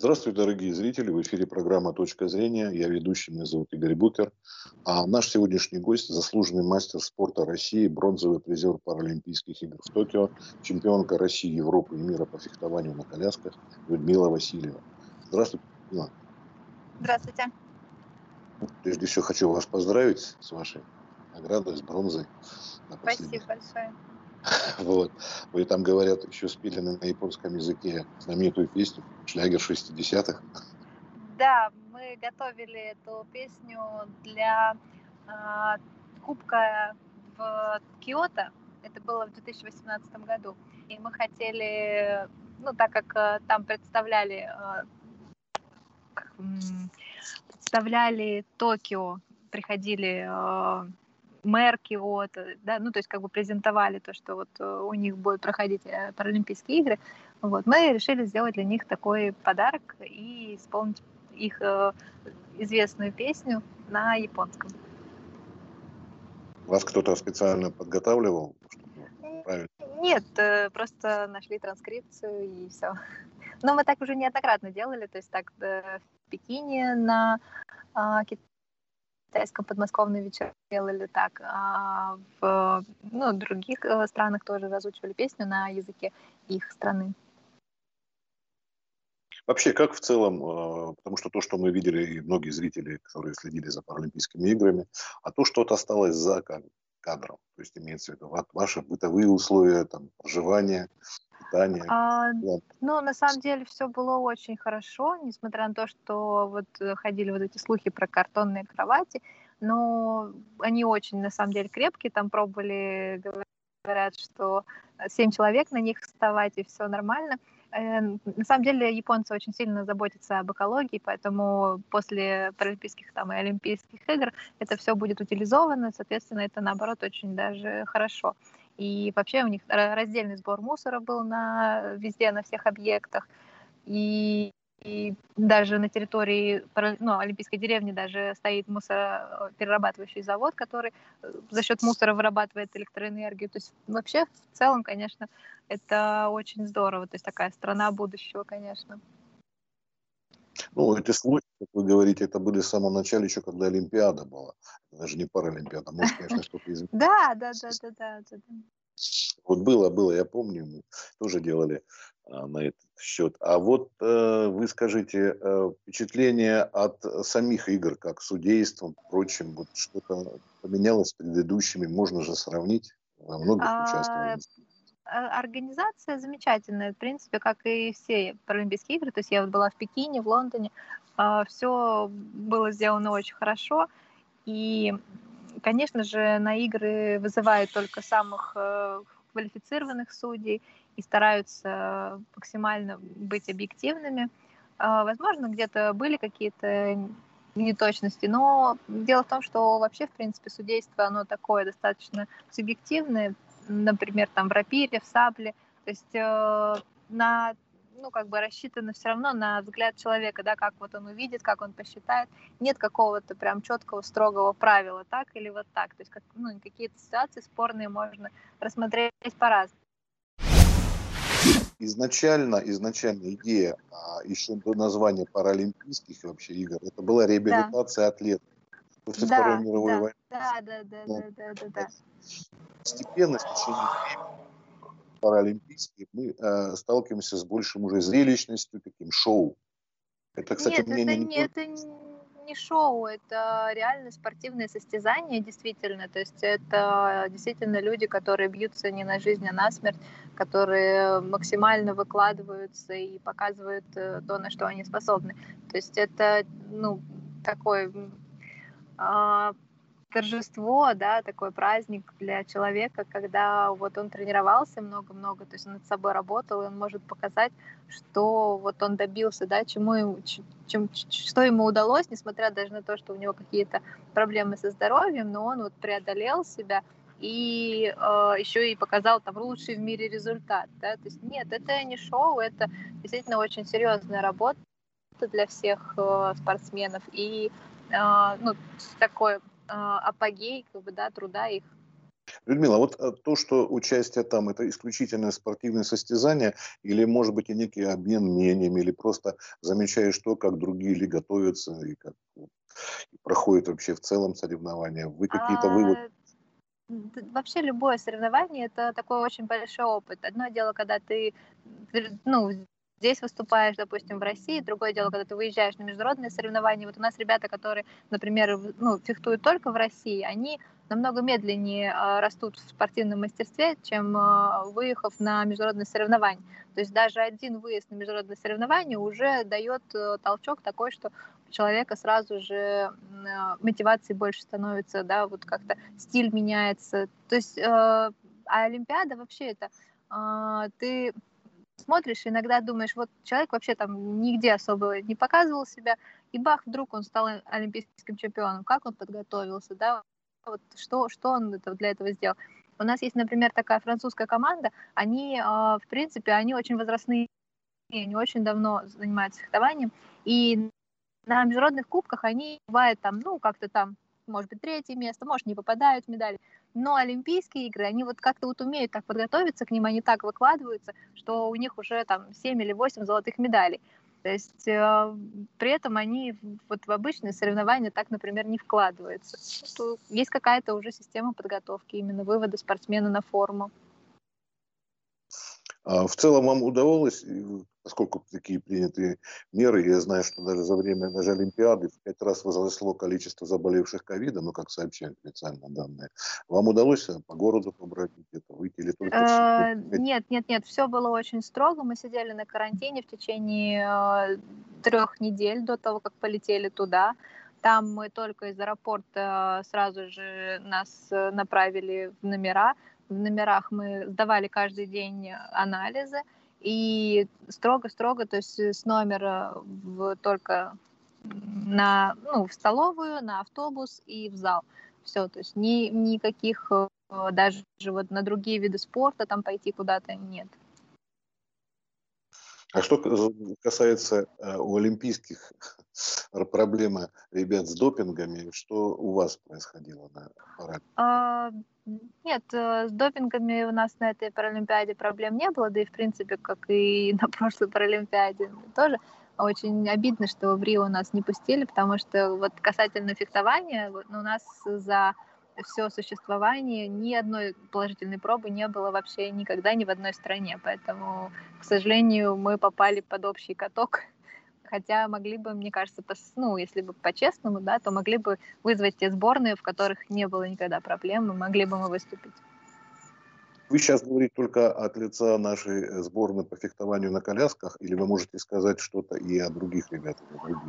Здравствуйте, дорогие зрители. В эфире программа «Точка зрения». Я ведущий, меня зовут Игорь Букер. А наш сегодняшний гость – заслуженный мастер спорта России, бронзовый призер Паралимпийских игр в Токио, чемпионка России, Европы и мира по фехтованию на колясках Людмила Васильева. Здравствуйте, Людмила. Здравствуйте. Прежде всего хочу вас поздравить с вашей наградой, с бронзой на Спасибо последних. большое. Вот. Вы там, говорят, еще спели на японском языке знаменитую песню «Шлягер 60-х». Да, мы готовили эту песню для а, Кубка в Киото. Это было в 2018 году. И мы хотели, так как там представляли Токио, приходили мэр Киото, да, то есть как бы презентовали то, что вот у них будут проходить Паралимпийские игры. Вот, мы решили сделать для них такой подарок и исполнить их известную песню на японском. Вас кто-то специально подготавливал, чтобы правильно? Нет, просто нашли транскрипцию и все. Но мы так уже неоднократно делали, то есть так в Пекине на китайском подмосковном вечере делали так, а в других странах тоже разучивали песню на языке их страны. Вообще, как в целом, потому что то, что мы видели, и многие зрители, которые следили за Паралимпийскими играми, а то что-то осталось за кадром, то есть имеется в виду ваши бытовые условия, там, проживание, питание. На самом деле все было очень хорошо, несмотря на то, что вот ходили вот эти слухи про картонные кровати, но они очень, на самом деле, крепкие, там пробовали, говорят, что 7 человек на них вставать, и все нормально. На самом деле японцы очень сильно заботятся об экологии, поэтому после Паралимпийских и Олимпийских игр это все будет утилизовано, соответственно, это, наоборот, очень даже хорошо. И вообще у них раздельный сбор мусора был везде, на всех объектах. И даже на территории Олимпийской деревни даже стоит мусороперерабатывающий завод, который за счет мусора вырабатывает электроэнергию. То есть вообще в целом, конечно, это очень здорово. То есть такая страна будущего, конечно. Эти слухи, как вы говорите, это были в самом начале, еще когда Олимпиада была. Это даже не Паралимпиада. Может, конечно, что-то изменилось. Да. Вот было, я помню, мы тоже делали на этот счет. А вот вы скажите, впечатление от самих игр, как судейством, прочим, вот что-то поменялось с предыдущими, можно же сравнить, во многих участвовали. Организация замечательная, в принципе, как и все Паралимпийские игры. То есть я вот была в Пекине, в Лондоне, все было сделано очень хорошо. И, конечно же, на игры вызывают только самых квалифицированных судей и стараются максимально быть объективными. Возможно, где-то были какие-то неточности, но дело в том, что вообще, в принципе, судейство, оно такое достаточно субъективное, например, там в рапире, в сабле, то есть рассчитано все равно на взгляд человека, да, как вот он увидит, как он посчитает. Нет какого-то прям четкого, строгого правила, так или вот так. То есть какие-то ситуации спорные можно рассмотреть по-разному. Изначально идея, еще до названия Паралимпийских вообще игр, это была реабилитация атлетов. После Второй мировой войны. Да. Постепенно, с течением времени, Паралимпийские, мы сталкиваемся с большим уже зрелищностью, таким шоу. Это, кстати, Нет, мнение это не шоу, это реально спортивное состязание, действительно. То есть это действительно люди, которые бьются не на жизнь, а на смерть, которые максимально выкладываются и показывают то, на что они способны. То есть это, такой торжество, да, такой праздник для человека, когда вот он тренировался много-много, то есть он над собой работал, и он может показать, что вот он добился, да, что ему удалось, несмотря даже на то, что у него какие-то проблемы со здоровьем, но он вот преодолел себя и еще и показал там лучший в мире результат, да, то есть нет, это не шоу, это действительно очень серьезная работа для всех спортсменов и такой апогей, труда их. Людмила, вот то, что участие там, это исключительно спортивное состязание, или, может быть, и некий обмен мнениями, или просто замечаешь то, как другие ли готовятся, и как проходят вообще в целом соревнования. Вы какие-то выводы? А, Вообще любое соревнование — это такой очень большой опыт. Одно дело, когда ты, ну, здесь выступаешь, допустим, в России, другое дело, когда ты выезжаешь на международные соревнования. Вот у нас ребята, которые, например, ну, фехтуют только в России, они намного медленнее растут в спортивном мастерстве, чем выехав на международные соревнования. То есть даже один выезд на международные соревнования уже дает толчок такой, что у человека сразу же мотивации больше становится, да, вот как-то стиль меняется. То есть, а Олимпиада вообще это ты смотришь, иногда думаешь, вот человек вообще там нигде особо не показывал себя, и бах, вдруг он стал олимпийским чемпионом. Как он подготовился, да, вот что он для этого сделал. У нас есть, например, такая французская команда, они, в принципе, они очень возрастные, они очень давно занимаются фехтованием, и на международных кубках они бывают там, ну, как-то там, может быть, третье место, может, не попадают в медали. Но Олимпийские игры, они вот как-то вот умеют так подготовиться к ним, они так выкладываются, что у них уже там 7 или 8 золотых медалей. То есть при этом они вот в обычные соревнования так, например, не вкладываются. Есть какая-то уже система подготовки, именно вывода спортсмена на форму. А в целом вам удавалось, поскольку такие приняты меры, я знаю, что даже за время даже Олимпиады в 5 раз возросло количество заболевших ковидом, ну, как сообщают официально данные. Вам удалось по городу побрать где-то, выйти или только Нет, все было очень строго. Мы сидели на карантине в течение 3 недель до того, как полетели туда. Там мы только из аэропорта сразу же нас направили в номера. В номерах мы сдавали каждый день анализы. И строго-строго, то есть с номера только в столовую, на автобус и в зал. Все, то есть никаких даже вот на другие виды спорта там пойти куда-то нет. А что касается у олимпийских проблемы ребят с допингами, что у вас происходило на параде? А, Нет, с допингами у нас на этой Паралимпиаде проблем не было, да и в принципе, как и на прошлой Паралимпиаде тоже. Очень обидно, что в Рио нас не пустили, потому что вот касательно фехтования, у нас за все существование ни одной положительной пробы не было вообще никогда ни в одной стране. Поэтому, к сожалению, мы попали под общий каток. Хотя могли бы, мне кажется, если бы по-честному, да, то могли бы вызвать те сборные, в которых не было никогда проблем, и могли бы мы выступить. Вы сейчас говорите только от лица нашей сборной по фехтованию на колясках, или вы можете сказать что-то и о других ребятах?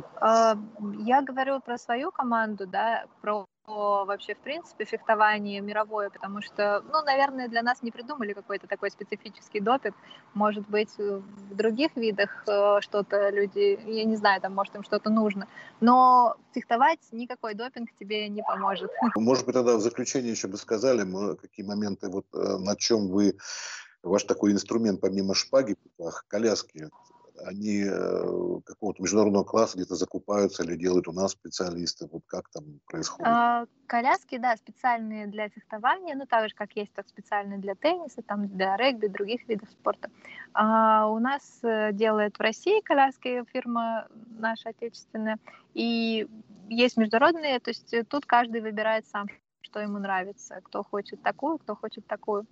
Я говорю про свою команду, да, про вообще, в принципе, фехтование мировое, потому что, наверное, для нас не придумали какой-то такой специфический допинг. Может быть, в других видах что-то люди, я не знаю, там, может, им что-то нужно. Но фехтовать никакой допинг тебе не поможет. Может быть, тогда в заключение еще бы сказали, какие моменты, на чем вы, ваш такой инструмент, помимо шпаги, коляски, они какого-то международного класса где-то закупаются или делают у нас специалисты, вот как там происходит? Коляски, да, специальные для фехтования, так же, как есть так специальные для тенниса, там, для регби, других видов спорта. У нас делает в России коляски фирма наша отечественная, и есть международные, то есть тут каждый выбирает сам, что ему нравится, кто хочет такую, кто хочет такую.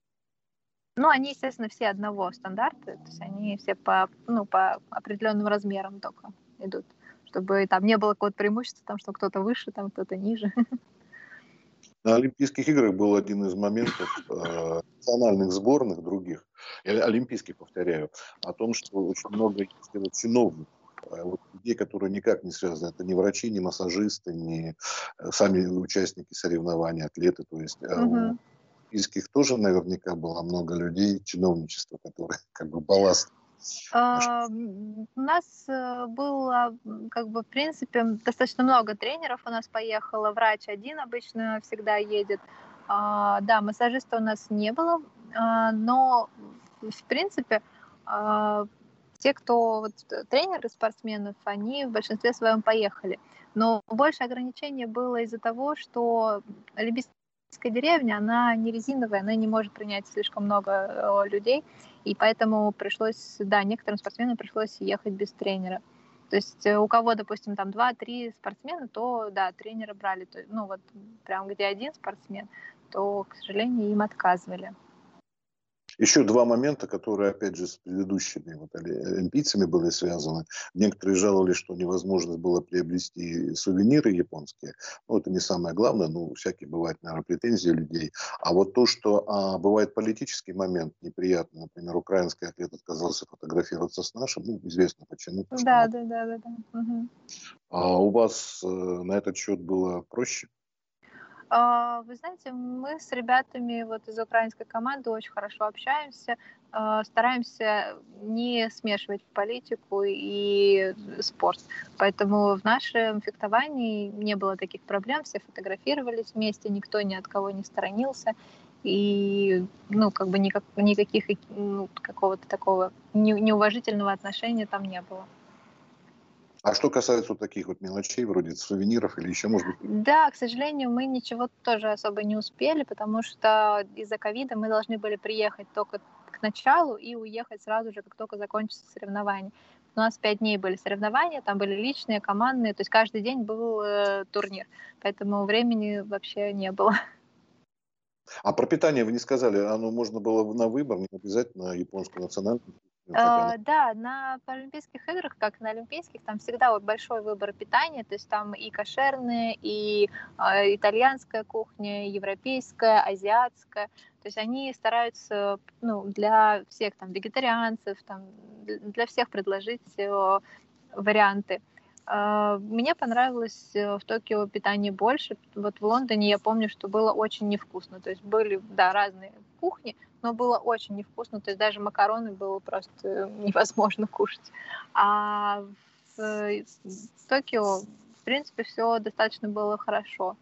Они, естественно, все одного стандарта, то есть они все по определенным размерам только идут, чтобы там не было какого-то преимущества, там, что кто-то выше, там кто-то ниже. На Олимпийских играх был один из моментов национальных сборных других, олимпийских, повторяю, о том, что очень много чиновников, людей, которые никак не связаны. Это не врачи, не массажисты, не сами участники соревнований, атлеты. То есть у олимпийских тоже наверняка было много людей, чиновничества, которые как бы балласт. У нас было, в принципе, достаточно много тренеров у нас поехало. Врач один обычно всегда едет. Да, массажиста у нас не было, но, в принципе, те, кто тренеры спортсменов, они в большинстве своем поехали. Но больше ограничений было из-за того, что олимпийские деревня, она не резиновая, она не может принять слишком много людей, и поэтому пришлось, да, некоторым спортсменам пришлось ехать без тренера. То есть у кого, допустим, там 2-3 спортсмена, то, да, тренера брали. Ну, вот прям где один спортсмен, то, к сожалению, им отказывали. Еще два момента, которые, опять же, с предыдущими вот олимпийцами были связаны. Некоторые жаловались, что невозможно было приобрести сувениры японские. Ну, это не самое главное, ну, всякие бывают, наверное, претензии людей. А вот то, что бывает политический момент неприятный, например, украинский атлет отказался фотографироваться с нашим, ну, известно почему. Да, да, да, да, да. Угу. А у вас на этот счет было проще? Вы знаете, мы с ребятами вот из украинской команды очень хорошо общаемся, стараемся не смешивать политику и спорт. Поэтому в нашем фехтовании не было таких проблем, все фотографировались вместе, никто ни от кого не сторонился. И, ну, как бы никаких ну, какого-то такого неуважительного отношения там не было. А что касается вот таких вот мелочей, вроде сувениров или еще, может быть... Да, к сожалению, мы ничего тоже особо не успели, потому что из-за ковида мы должны были приехать только к началу и уехать сразу же, как только закончатся соревнования. У нас 5 дней были соревнования, там были личные, командные, то есть каждый день был турнир, поэтому времени вообще не было. А про питание вы не сказали, оно можно было на выбор, не обязательно японскую национальную. Да, на Паралимпийских играх, как на Олимпийских, там всегда вот большой выбор питания, то есть там и кошерные, и итальянская кухня, европейская, азиатская. То есть они стараются, ну, для всех там вегетарианцев, там, для всех предложить варианты. Мне понравилось в Токио питание больше. Вот в Лондоне я помню, что было очень невкусно. То есть были, да, разные кухни, но было очень невкусно. То есть даже макароны было просто невозможно кушать. А в Токио, в принципе, все достаточно было хорошо.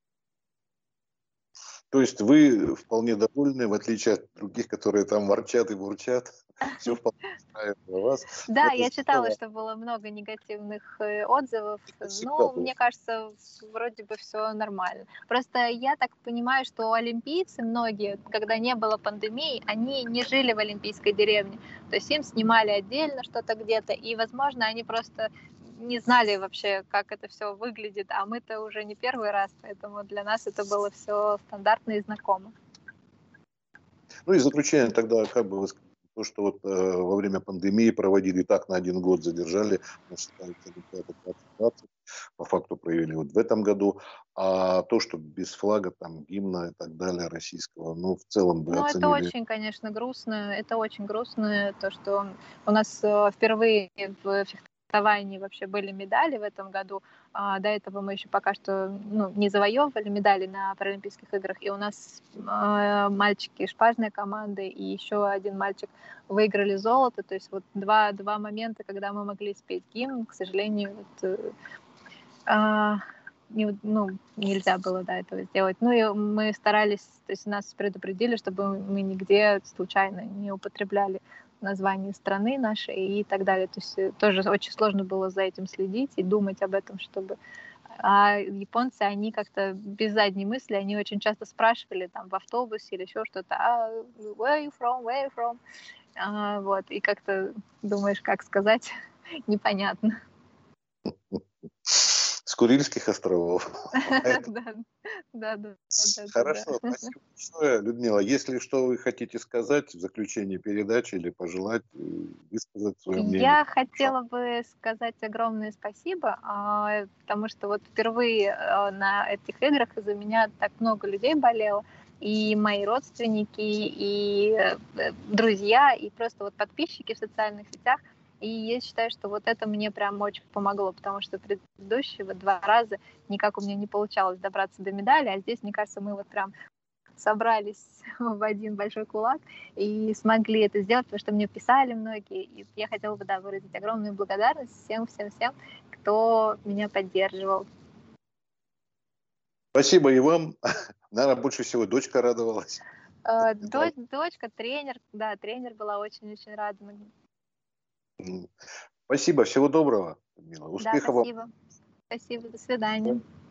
То есть вы вполне довольны, в отличие от других, которые там ворчат и бурчат. Все вполне устраивает вас. Да, Это я читала, здорово. что было много негативных отзывов. Это всегда Ну, было. мне кажется, вроде бы все нормально. Просто я так понимаю, что олимпийцы многие, когда не было пандемии, они не жили в олимпийской деревне. То есть им снимали отдельно что-то где-то, и, возможно, они просто не знали вообще, как это все выглядит, а мы-то уже не первый раз, поэтому для нас это было все стандартно и знакомо. Ну и заключение тогда, как бы вы сказали, то, что вот во время пандемии проводили так на 1 год, задержали, значит, считается, Олимпиаду 2020, по факту провели вот в этом году, а то, что без флага, там, гимна и так далее российского, ну, в целом вы Ну, это оценили. очень, конечно, грустно. Это очень грустно, то, что у нас впервые в фехтовании вообще были медали в этом году. До этого мы еще пока что не завоевывали медали на Паралимпийских играх. И у нас мальчики шпажной команды и еще один мальчик выиграли золото. То есть вот два момента, когда мы могли спеть гимн, к сожалению, вот, нельзя было, да, этого сделать. Ну, и мы старались, то есть нас предупредили, чтобы мы нигде случайно не употребляли название страны нашей и так далее. То есть тоже очень сложно было за этим следить и думать об этом, чтобы... А японцы, они как-то без задней мысли, они очень часто спрашивали там в автобусе или еще что-то, where are you from, where are you from? Вот, и как-то думаешь, как сказать, непонятно. С Курильских островов. Да. Хорошо, спасибо большое, Людмила. Если что вы хотите сказать в заключении передачи или пожелать, высказать свое мнение. Я хотела бы сказать огромное спасибо, потому что вот впервые на этих играх из-за меня так много людей болело, и мои родственники, и друзья, и просто вот подписчики в социальных сетях. И я считаю, что вот это мне прям очень помогло, потому что предыдущие вот 2 раза никак у меня не получалось добраться до медали, а здесь, мне кажется, мы вот прям собрались в один большой кулак и смогли это сделать, потому что мне писали многие, и я хотела бы, да, выразить огромную благодарность всем, кто меня поддерживал. Спасибо и вам. Наверное, больше всего дочка радовалась. Дочка, тренер, да, тренер была очень-очень рада. Спасибо, всего доброго, Людмила. Да, Успехов вам. спасибо. Спасибо, до свидания.